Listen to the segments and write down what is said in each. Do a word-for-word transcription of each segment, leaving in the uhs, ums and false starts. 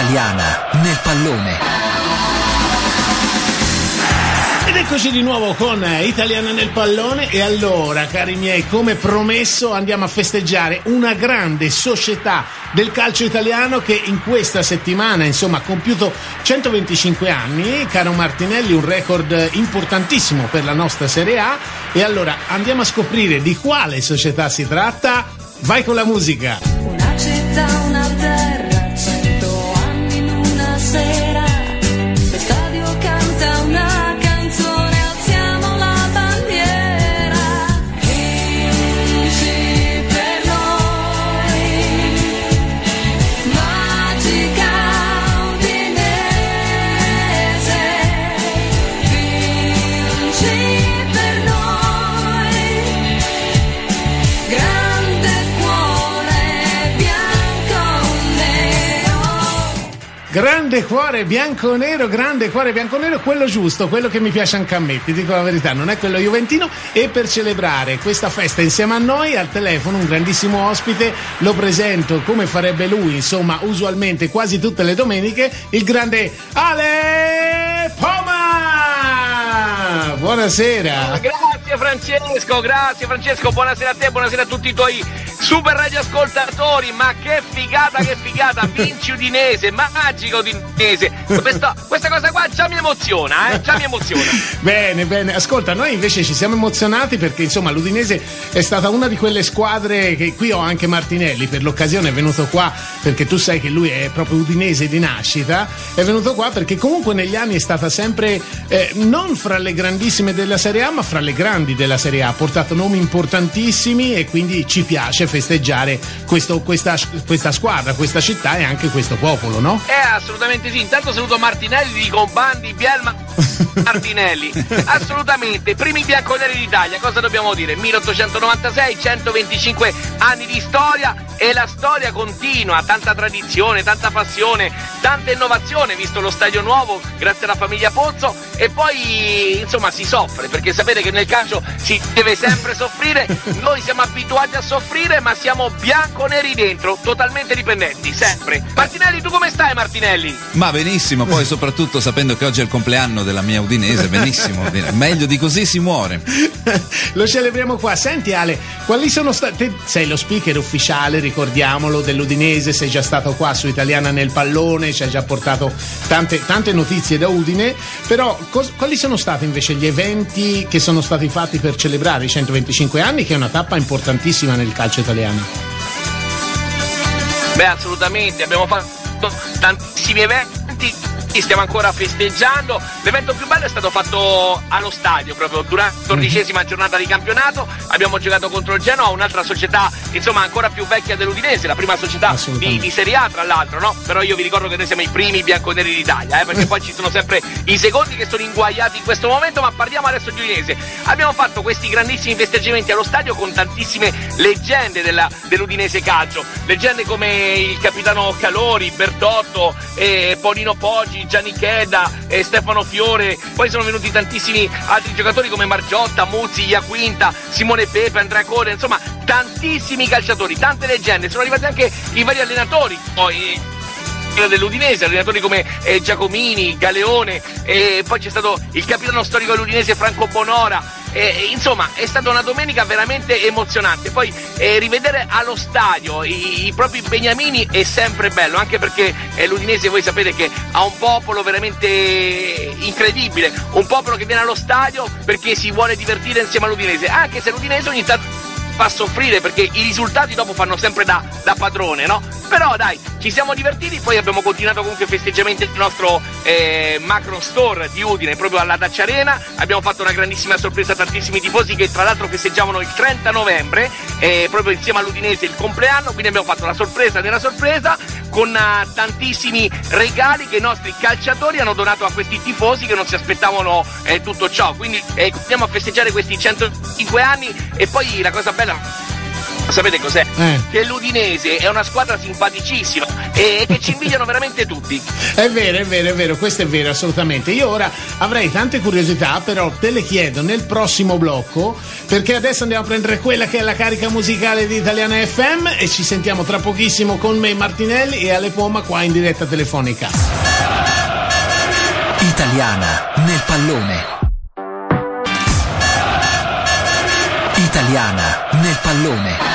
Italiana nel pallone. Ed eccoci di nuovo con Italiana nel pallone. E allora, cari miei, come promesso andiamo a festeggiare una grande società del calcio italiano che in questa settimana, insomma, ha compiuto centoventicinque anni. Caro Martinelli, un record importantissimo per la nostra Serie A. E allora andiamo a scoprire di quale società si tratta. Vai con la musica. Una città, una terra, cento anni in una sera. Lo stadio canta una canzone, alziamo la bandiera. Vinci per noi, magica Udinese. Vinci per noi, grande Grande cuore bianco-nero, grande cuore bianco-nero, quello giusto, quello che mi piace anche a me, ti dico la verità, non è quello juventino. E per celebrare questa festa insieme a noi, al telefono un grandissimo ospite, lo presento come farebbe lui, insomma, usualmente quasi tutte le domeniche, il grande Ale Poma! Buonasera! Grazie Francesco, grazie Francesco, buonasera a te, buonasera a tutti i tuoi super radioascoltatori. Ma che figata, che figata, vinci Udinese, magica Udinese. Questa, questa cosa qua già mi emoziona, eh? Già mi emoziona. Bene, bene, ascolta, noi invece ci siamo emozionati perché insomma l'Udinese è stata una di quelle squadre che qui ho anche Martinelli, per l'occasione è venuto qua perché tu sai che lui è proprio udinese di nascita, è venuto qua perché comunque negli anni è stata sempre eh, non fra le grandissime della Serie A ma fra le grandi della Serie A, ha portato nomi importantissimi e quindi ci piace festeggiare questo, questa, questa squadra, questa città e anche questo popolo, no? Eh, assolutamente sì. Intanto saluto Martinelli, dico Bandi, Bielma, Martinelli. Assolutamente, primi bianconeri d'Italia, cosa dobbiamo dire? milleottocentonovantasei, centoventicinque anni di storia e la storia continua, tanta tradizione, tanta passione, tanta innovazione, visto lo stadio nuovo, grazie alla famiglia Pozzo, e poi insomma si soffre, perché sapete che nel calcio si deve sempre soffrire, noi siamo abituati a soffrire ma siamo bianconeri dentro, totalmente dipendenti, sempre. Martinelli, tu come stai Martinelli? Ma benissimo, poi soprattutto sapendo che oggi è il compleanno della mia Udinese, benissimo, meglio di così si muore. Lo celebriamo qua. Senti Ale, quali sono stati, sei lo speaker ufficiale, ricordiamolo, dell'Udinese, sei già stato qua su Italiana nel pallone, ci hai già portato tante, tante notizie da Udine, però cos- quali sono stati invece gli eventi che sono stati fatti per celebrare i centoventicinque anni, che è una tappa importantissima nel calcio italiano? Beh, assolutamente, abbiamo fatto tantissimi eventi, stiamo ancora festeggiando. L'evento più bello è stato fatto allo stadio, proprio durante la tordicesima giornata di campionato. Abbiamo giocato contro il Genoa, un'altra società insomma ancora più vecchia dell'Udinese, la prima società di, di Serie A tra l'altro, no? Però io vi ricordo che noi siamo i primi bianconeri d'Italia, eh? Perché poi ci sono sempre i secondi che sono inguaiati in questo momento, ma parliamo adesso di Udinese. Abbiamo fatto questi grandissimi festeggiamenti allo stadio con tantissime leggende della, dell'Udinese calcio, leggende come il capitano Calori, Bertotto, eh, Paulino Poggi, Gianni Chedda, eh, Stefano Fiore, poi sono venuti tantissimi altri giocatori come Margiotta, Muzzi, Iaquinta, Simone Pepe, Andrea Code, insomma tantissimi calciatori, tante leggende, sono arrivati anche i vari allenatori poi dell'Udinese, allenatori come eh, Giacomini, Galeone, e poi c'è stato il capitano storico dell'Udinese Franco Bonora. Eh, insomma è stata una domenica veramente emozionante. Poi eh, rivedere allo stadio i, i propri beniamini è sempre bello, anche perché eh, l'Udinese voi sapete che ha un popolo veramente incredibile, un popolo che viene allo stadio perché si vuole divertire insieme all'Udinese, anche se l'Udinese ogni tanto fa soffrire perché i risultati dopo fanno sempre da, da padrone, no? Però dai, ci siamo divertiti, poi abbiamo continuato comunque i festeggiamenti del nostro eh, macro store di Udine, proprio alla Dacia Arena. Abbiamo fatto una grandissima sorpresa a tantissimi tifosi che tra l'altro festeggiavano il trenta novembre, eh, proprio insieme all'Udinese il compleanno, quindi abbiamo fatto la sorpresa della sorpresa con uh, tantissimi regali che i nostri calciatori hanno donato a questi tifosi che non si aspettavano eh, tutto ciò. Quindi eh, andiamo a festeggiare questi centocinque anni e poi la cosa bella sapete cos'è? Eh. Che l'Udinese è una squadra simpaticissima e che ci invidiano veramente tutti. È vero, è vero, è vero, questo è vero, assolutamente. Io ora avrei tante curiosità, però te le chiedo nel prossimo blocco, perché adesso andiamo a prendere quella che è la carica musicale di Italiana F M e ci sentiamo tra pochissimo con me Martinelli e Ale Poma qua in diretta telefonica. Italiana nel pallone. Italiana nel pallone.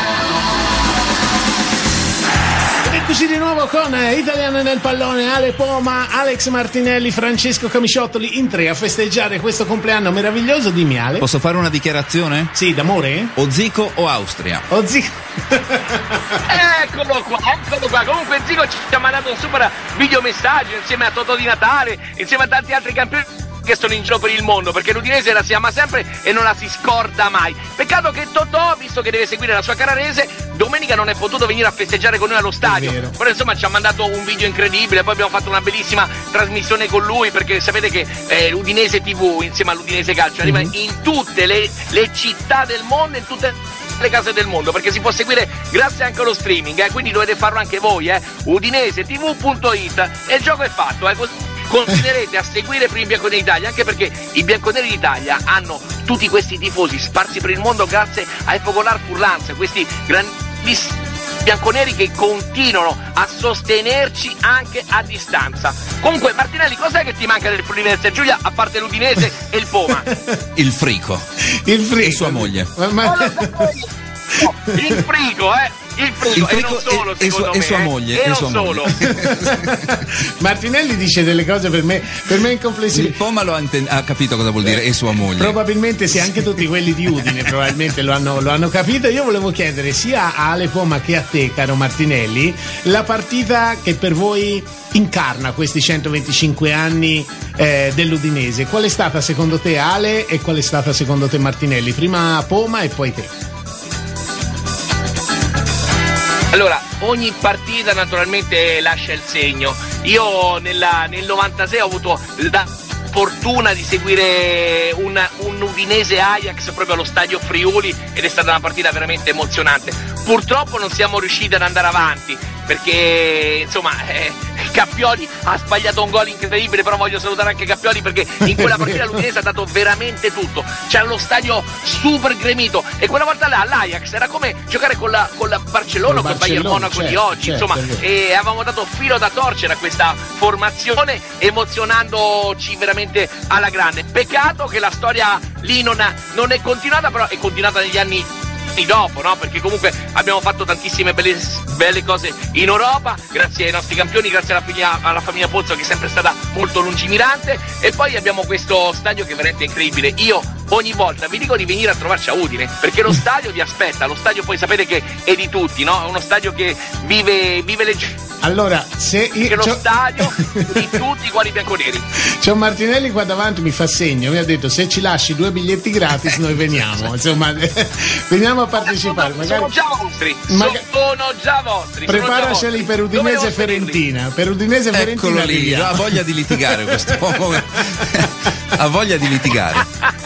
Eccoci di nuovo con Italiana nel pallone, Ale Poma, Alex Martinelli, Francesco Camisciottoli in tre a festeggiare questo compleanno meraviglioso. Dimmi, Ale. Posso fare una dichiarazione? Sì, d'amore? O Zico o Austria? O Zico. Eccolo qua, eccolo qua. Comunque Zico ci ha mandato un super videomessaggio insieme a Totò Di Natale, insieme a tanti altri campioni che sono in giro per il mondo, perché l'Udinese la si ama sempre e non la si scorda mai. Peccato che Totò, visto che deve seguire la sua carrarese, domenica non è potuto venire a festeggiare con noi allo stadio, però insomma ci ha mandato un video incredibile, poi abbiamo fatto una bellissima trasmissione con lui, perché sapete che eh, l'Udinese tivù insieme all'Udinese Calcio arriva mm-hmm. in tutte le, le città del mondo, in tutte le case del mondo, perché si può seguire grazie anche allo streaming, eh, quindi dovete farlo anche voi, eh, udinese t v punto it, e il gioco è fatto, eh, così continuerete a seguire per i bianconeri d'Italia, anche perché i bianconeri d'Italia hanno tutti questi tifosi sparsi per il mondo grazie ai Fogolar Furlans, questi grandissimi bianconeri che continuano a sostenerci anche a distanza. Comunque Martinelli, cos'è che ti manca del Friuli Venezia Giulia a parte l'Udinese e il Poma? Il frico. Il frico. E sua moglie. Ma, ma... Oh, il frigo, eh! Il frigo, il frigo e non solo, e, secondo e, me, sua eh. moglie, e, e non sua solo. moglie. Martinelli dice delle cose per me, per me incomprensibili. Il Poma lo ha, inten- ha capito cosa vuol dire, e sua moglie. Probabilmente sì, anche tutti quelli di Udine probabilmente lo hanno, lo hanno capito. Io volevo chiedere sia a Ale Poma che a te, caro Martinelli, la partita che per voi incarna questi centoventicinque anni eh, dell'Udinese. Qual è stata secondo te, Ale, e qual è stata secondo te, Martinelli? Prima Poma e poi te. Allora, ogni partita naturalmente lascia il segno. Io nella, nel novantasei ho avuto la fortuna di seguire un, un Udinese Ajax proprio allo stadio Friuli ed è stata una partita veramente emozionante. Purtroppo non siamo riusciti ad andare avanti perché insomma eh, Cappioli ha sbagliato un gol incredibile, però voglio salutare anche Cappioli perché in quella partita l'Udinese ha dato veramente tutto, c'era lo stadio super gremito e quella volta là all'Ajax era come giocare con la, con la Barcellona o con il Bayern Monaco certo, di oggi, certo, insomma, e avevamo dato filo da torcere a questa formazione emozionandoci veramente alla grande. Peccato che la storia lì non, ha, non è continuata, però è continuata negli anni dopo, no? Perché comunque abbiamo fatto tantissime belle, belle cose in Europa grazie ai nostri campioni, grazie alla famiglia, alla famiglia Pozzo che è sempre stata molto lungimirante, e poi abbiamo questo stadio che è veramente incredibile. Io ogni volta vi dico di venire a trovarci a Udine perché lo stadio vi aspetta, lo stadio poi sapete che è di tutti, no? È uno stadio che vive, vive le allora, se io, che lo c'ho... stadio di tutti i quali bianconeri. C'è un Martinelli qua davanti, mi fa segno, mi ha detto se ci lasci due biglietti gratis noi veniamo, insomma veniamo a partecipare. Sono, magari... sono già vostri, Magari... sono già vostri. Preparaceli per Udinese e Fiorentina. Per Udinese e Fiorentina. Eccolo lì, ha voglia di litigare quest'uomo. Ha voglia di litigare.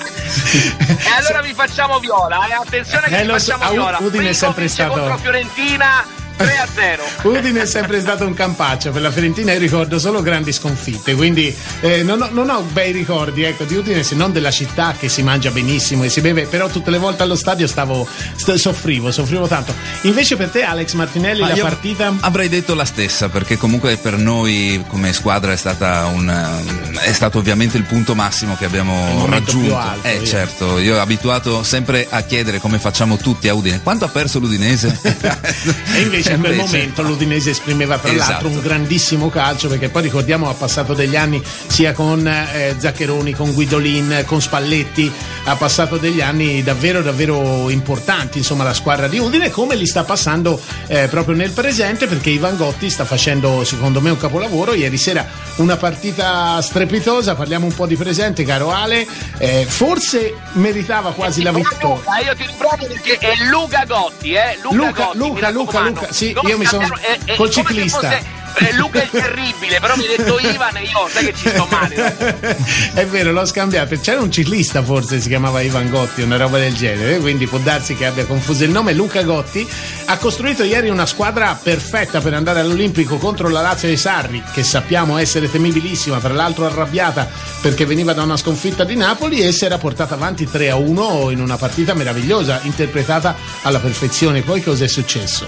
E allora vi facciamo viola, eh? Attenzione che eh, vi facciamo so, viola. Udine è sempre stato contro Fiorentina tre a zero. Udine è sempre stato un campaccio per la Fiorentina, io ricordo solo grandi sconfitte, quindi eh, non, ho, non ho bei ricordi, ecco, di Udine, se non della città che si mangia benissimo e si beve, però tutte le volte allo stadio stavo st- soffrivo, soffrivo tanto. Invece per te, Alex Martinelli, Ma la io partita? Avrei detto la stessa, perché comunque per noi come squadra è stata un è stato ovviamente il punto massimo che abbiamo raggiunto. Più alto, eh io. certo, io ho abituato sempre a chiedere come facciamo tutti a Udine. Quanto ha perso l'Udinese? E invece in quel Invece... momento l'Udinese esprimeva tra Esatto. l'altro un grandissimo calcio, perché poi ricordiamo ha passato degli anni sia con eh, Zaccheroni, con Guidolin, con Spalletti, ha passato degli anni davvero davvero importanti, insomma, la squadra di Udine, come li sta passando eh, proprio nel presente, perché Ivan Gotti sta facendo secondo me un capolavoro. Ieri sera una partita strepitosa, parliamo un po' di presente, caro Ale, eh, forse meritava quasi la vittoria. Io ti riprovo perché è Luca Gotti, eh? Luca, Luca, Gotti, Luca, Luca, Luca, sì, io mi sono è, è col come ciclista. Se fosse eh, Luca è il terribile, però mi hai detto Ivan e io sai che ci sto male, no? È vero, l'ho scambiato. C'era un ciclista, forse si chiamava Ivan Gotti, una roba del genere, quindi può darsi che abbia confuso il nome. Luca Gotti ha costruito ieri una squadra perfetta per andare all'Olimpico contro la Lazio di Sarri, che sappiamo essere temibilissima, tra l'altro arrabbiata perché veniva da una sconfitta di Napoli, e si era portata avanti tre a uno in una partita meravigliosa, interpretata alla perfezione. Poi cosa è successo?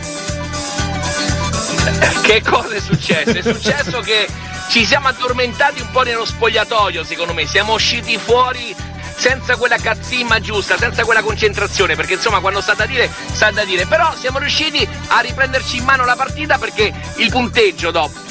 Che cosa è successo? È successo che ci siamo addormentati un po' nello spogliatoio, secondo me, siamo usciti fuori senza quella cazzimma giusta, senza quella concentrazione, perché insomma quando sta da dire, sta da dire, però siamo riusciti a riprenderci in mano la partita perché il punteggio dopo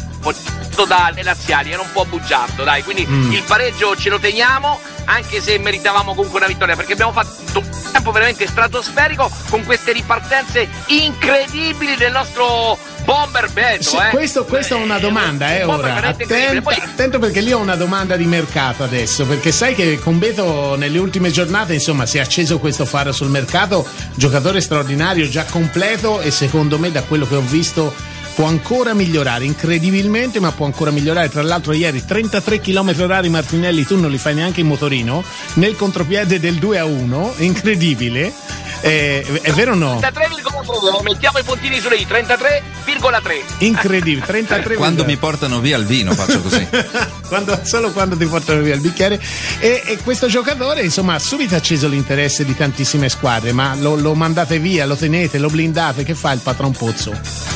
dalle laziali era un po' bugiardo, dai, quindi mm. il pareggio ce lo teniamo, anche se meritavamo comunque una vittoria, perché abbiamo fatto un tempo veramente stratosferico con queste ripartenze incredibili del nostro bomber Beto. Sì, eh. questo, questa è una domanda, eh, ora attento, Poi... attento perché lì ho una domanda di mercato adesso, perché sai che con Beto nelle ultime giornate insomma si è acceso questo faro sul mercato, giocatore straordinario, già completo, e secondo me da quello che ho visto può ancora migliorare, incredibilmente, ma può ancora migliorare. Tra l'altro ieri trentatré chilometri orari Martinelli, tu non li fai neanche in motorino, nel contropiede del due a uno, incredibile. Eh, è vero o no? trentatré virgola tre, mettiamo i puntini sulle i, trentatré virgola tre. Incredibile, trentatré. Quando mi portano via il vino faccio così. quando, solo quando ti portano via il bicchiere. E, e questo giocatore insomma ha subito acceso l'interesse di tantissime squadre, ma lo, lo mandate via, lo tenete, lo blindate, che fa il patron Pozzo?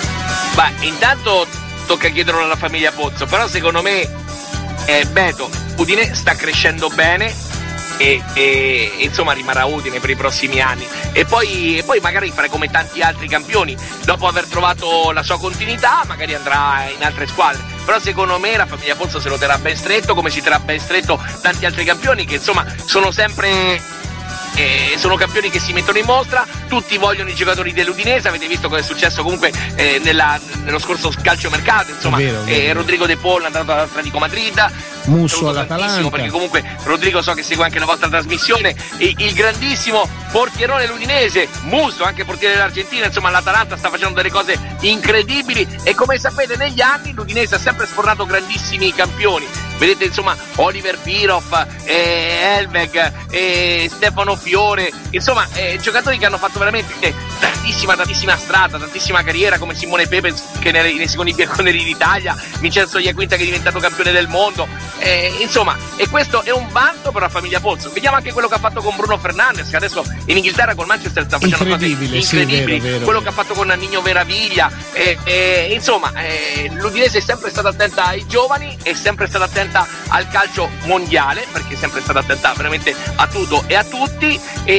Beh, intanto tocca chiederlo alla famiglia Pozzo, però secondo me eh, Beto, Udine sta crescendo bene e, e insomma rimarrà Udine per i prossimi anni, e poi, e poi magari fare come tanti altri campioni, dopo aver trovato la sua continuità magari andrà in altre squadre, però secondo me la famiglia Pozzo se lo terrà ben stretto, come si terrà ben stretto tanti altri campioni che insomma sono sempre... Eh, sono campioni che si mettono in mostra, tutti vogliono i giocatori dell'Udinese, avete visto cosa è successo comunque eh, nella, nello scorso calciomercato, insomma, vero, vero. Eh, Rodrigo De Paul è andato all'Atletico Madrid, Musso all'Atalanta, perché comunque Rodrigo so che segue anche la vostra trasmissione, e il grandissimo portierone l'Udinese, Musso, anche portiere dell'Argentina, insomma l'Atalanta sta facendo delle cose incredibili, e come sapete negli anni l'Udinese ha sempre sfornato grandissimi campioni. Vedete insomma Oliver Bierhoff, eh, Elveg, eh, Stefano Fiore, insomma eh, giocatori che hanno fatto veramente tantissima tantissima strada, tantissima carriera, come Simone Pepe che nei, nei secondi bianconeri d'Italia, Vincenzo Iaquinta che è diventato campione del mondo, eh, insomma, e questo è un vanto per la famiglia Pozzo. Vediamo anche quello che ha fatto con Bruno Fernandes, che adesso in Inghilterra col Manchester sta facendo cose incredibili, sì, vero, vero, quello vero. che ha fatto con Nannino Meraviglia, eh, eh, insomma eh, l'Udinese è sempre stata attenta ai giovani, è sempre stata attenta al calcio mondiale, perché è sempre stata attenta veramente a tutto e a tutti.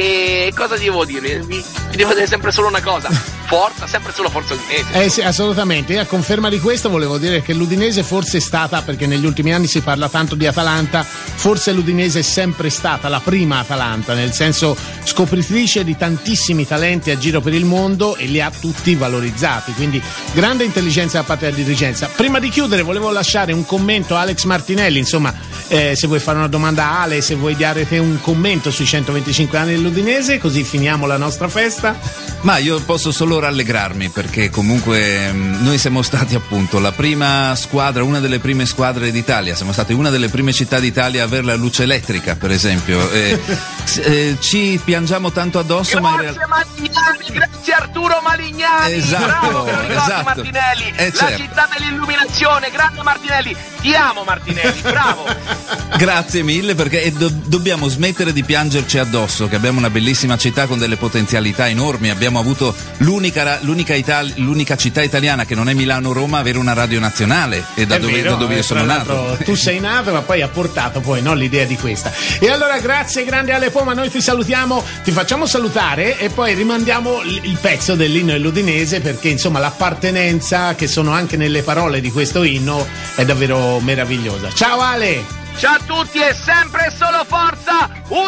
E cosa devo dire? Vi devo dire sempre solo una cosa: forza, sempre solo forza Udinese. Eh sì, assolutamente. E a conferma di questo volevo dire che l'Udinese forse è stata, perché negli ultimi anni si parla tanto di Atalanta, forse l'Udinese è sempre stata la prima Atalanta, nel senso scopritrice di tantissimi talenti a giro per il mondo, e li ha tutti valorizzati, quindi grande intelligenza da parte della dirigenza. Prima di chiudere volevo lasciare un commento a Alex Martinelli, insomma eh, se vuoi fare una domanda a Ale, se vuoi dare te un commento sui centoventicinque anni dell'Udinese, così finiamo la nostra festa. Ma io posso solo rallegrarmi, perché comunque mh, noi siamo stati appunto la prima squadra, una delle prime squadre d'Italia, siamo stati una delle prime città d'Italia a avere la luce elettrica, per esempio. Eh, eh, ci piangiamo tanto addosso, grazie ma in realtà... Malignani, grazie Arturo Malignani, esatto, bravo, che lo ricordi, esatto. Martinelli, eh, la certo. città dell'illuminazione, grande Martinelli, ti amo Martinelli, bravo. Grazie mille, perché do- dobbiamo smettere di piangerci addosso, che abbiamo una bellissima città con delle potenzialità enormi, abbiamo avuto l'unica, l'unica, Itali- l'unica città italiana che non è Milano-Roma a avere una radio nazionale, e da, è dove, vero, da dove io sono nato. Tu sei nato, ma poi ha portato poi no, l'idea di questa. E allora grazie grande Ale Poma, noi ti salutiamo, ti facciamo salutare e poi rimandiamo l- il pezzo dell'inno dell'Udinese, perché insomma l'appartenenza che sono anche nelle parole di questo inno è davvero meravigliosa. Ciao Ale! Ciao a tutti e sempre e solo forza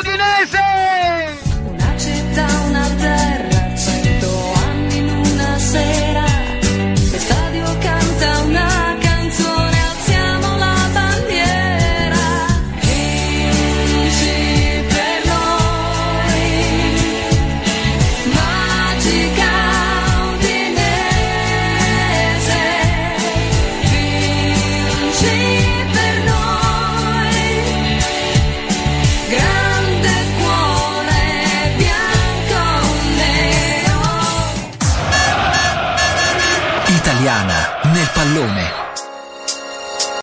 Udinese! Una città, una terra, cento anni in una sera, l'estadio canta una canzone, alziamo la bandiera, vinci per noi, magica Udinese, pallone.